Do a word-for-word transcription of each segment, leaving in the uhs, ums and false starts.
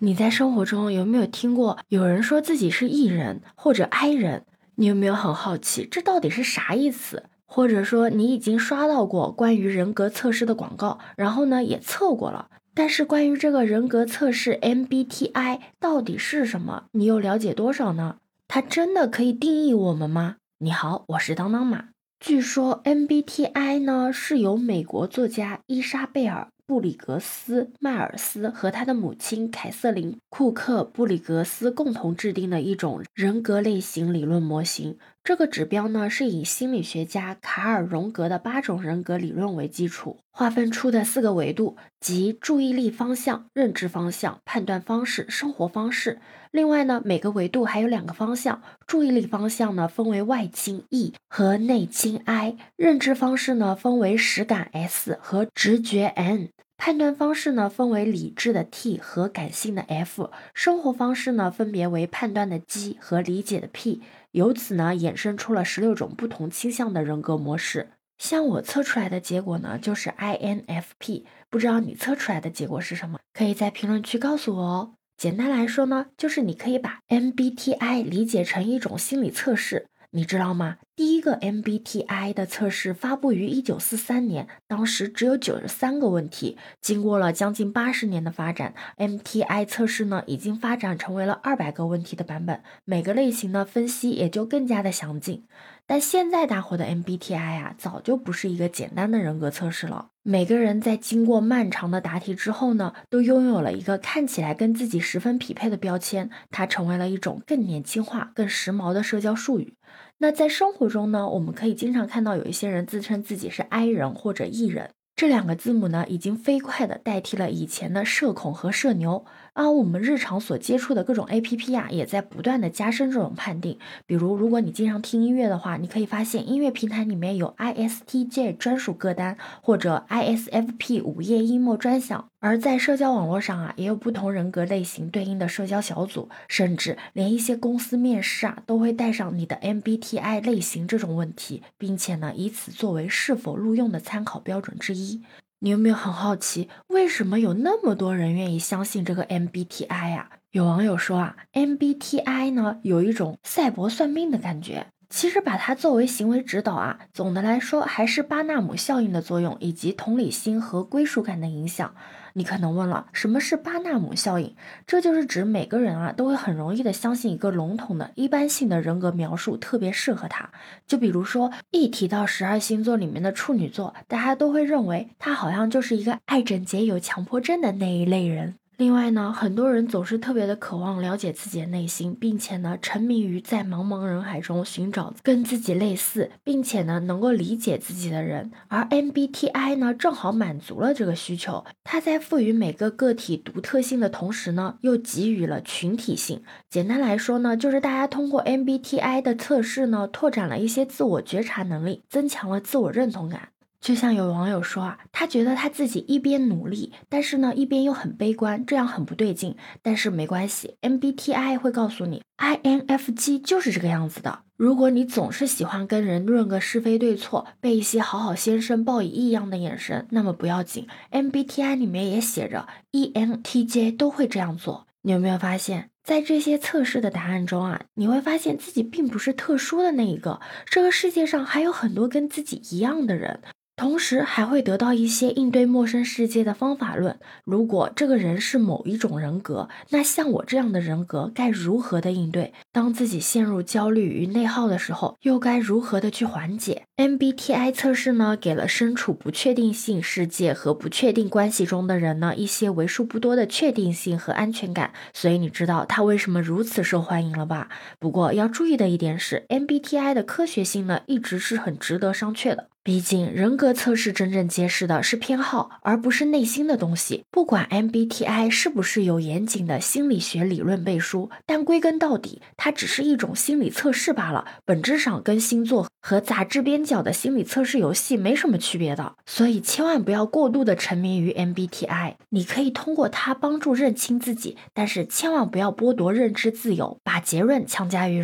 你在生活中有没有听过有人说自己是 E 人或者 I 人？你有没有很好奇这到底是啥意思？或者说你已经刷到过关于人格测试的广告，然后呢也测过了，但是关于这个人格测试 M B T I 到底是什么，你又了解多少呢？它真的可以定义我们吗？你好，我是当当马。据说 M B T I 呢是由美国作家伊莎贝尔布里格斯迈尔斯和他的母亲凯瑟琳库克布里格斯共同制定的一种人格类型理论模型。这个指标呢是以心理学家卡尔荣格的八种人格理论为基础划分出的四个维度，即注意力方向、认知方向、判断方式、生活方式。另外呢，每个维度还有两个方向，注意力方向呢分为外倾 E 和内倾 I， 认知方式呢分为实感 S 和直觉 N， 判断方式呢分为理智的 T 和感性的 F， 生活方式呢分别为判断的 G 和理解的 P， 由此呢衍生出了十六种不同倾向的人格模式。像我测出来的结果呢就是 I N F P， 不知道你测出来的结果是什么？可以在评论区告诉我哦。简单来说呢，就是你可以把 M B T I 理解成一种心理测试，你知道吗？第一个 M B T I 的测试发布于一九四三年，当时只有九十三个问题，经过了将近八十年的发展 ，M B T I 测试呢已经发展成为了二百个问题的版本，每个类型的分析也就更加的详尽。但现在大火的 M B T I 啊，早就不是一个简单的人格测试了。每个人在经过漫长的答题之后呢，都拥有了一个看起来跟自己十分匹配的标签，它成为了一种更年轻化、更时髦的社交术语。那在生活中呢，我们可以经常看到有一些人自称自己是 I 人或者 E 人，这两个字母呢，已经飞快的代替了以前的社恐和社牛。而我们日常所接触的各种 A P P 啊，也在不断的加深这种判定。比如，如果你经常听音乐的话，你可以发现音乐平台里面有 I S T J 专属歌单，或者 I S F P 午夜 emo 专享。而在社交网络上啊，也有不同人格类型对应的社交小组，甚至连一些公司面试啊，都会带上你的 M B T I 类型这种问题，并且呢，以此作为是否录用的参考标准之一。你有没有很好奇，为什么有那么多人愿意相信这个 M B T I 啊？有网友说啊 ，M B T I 呢有一种赛博算命的感觉。其实把它作为行为指导啊，总的来说还是巴纳姆效应的作用，以及同理心和归属感的影响。你可能问了，什么是巴纳姆效应？这就是指每个人啊都会很容易的相信一个笼统的一般性的人格描述特别适合他。就比如说一提到十二星座里面的处女座，大家都会认为他好像就是一个爱整洁有强迫症的那一类人。另外呢，很多人总是特别的渴望了解自己的内心，并且呢，沉迷于在茫茫人海中寻找跟自己类似，并且呢，能够理解自己的人。而 M B T I 呢，正好满足了这个需求。它在赋予每个个体独特性的同时呢，又给予了群体性。简单来说呢，就是大家通过 M B T I 的测试呢，拓展了一些自我觉察能力，增强了自我认同感。就像有网友说啊，他觉得他自己一边努力，但是呢一边又很悲观，这样很不对劲。但是没关系 ，M B T I 会告诉你 ，I N F J 就是这个样子的。如果你总是喜欢跟人论个是非对错，被一些好好先生报以异样的眼神，那么不要紧 ，M B T I 里面也写着 E N T J 都会这样做。你有没有发现？在这些测试的答案中啊，你会发现自己并不是特殊的那一个，这个世界上还有很多跟自己一样的人。同时还会得到一些应对陌生世界的方法论。如果这个人是某一种人格，那像我这样的人格该如何的应对？当自己陷入焦虑与内耗的时候，又该如何的去缓解？ M B T I 测试呢，给了身处不确定性世界和不确定关系中的人呢，一些为数不多的确定性和安全感。所以你知道它为什么如此受欢迎了吧？不过要注意的一点是 M B T I 的科学性呢，一直是很值得商榷的。毕竟人格测试真正揭示的是偏好，而不是内心的东西。不管 M B T I 是不是有严谨的心理学理论背书，但归根到底，它只是一种心理测试罢了，本质上跟星座和杂志边角的心理测试游戏没什么区别的。所以千万不要过度的沉迷于 M B T I， 你可以通过它帮助认清自己，但是千万不要剥夺认知自由，把结论强加于人。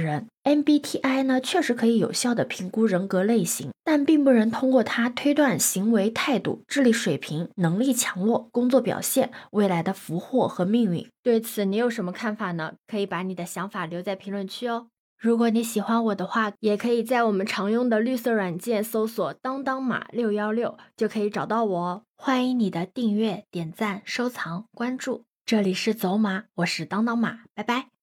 M B T I 呢，确实可以有效的评估人格类型，但并不能通过它推断行为态度、智力水平、能力强弱、工作表现、未来的福祸和命运。对此你有什么看法呢？可以把你的想法留在评论区哦。如果你喜欢我的话，也可以在我们常用的绿色软件搜索当当马六一六，就可以找到我哦。欢迎你的订阅、点赞、收藏、关注。这里是走马，我是当当马，拜拜。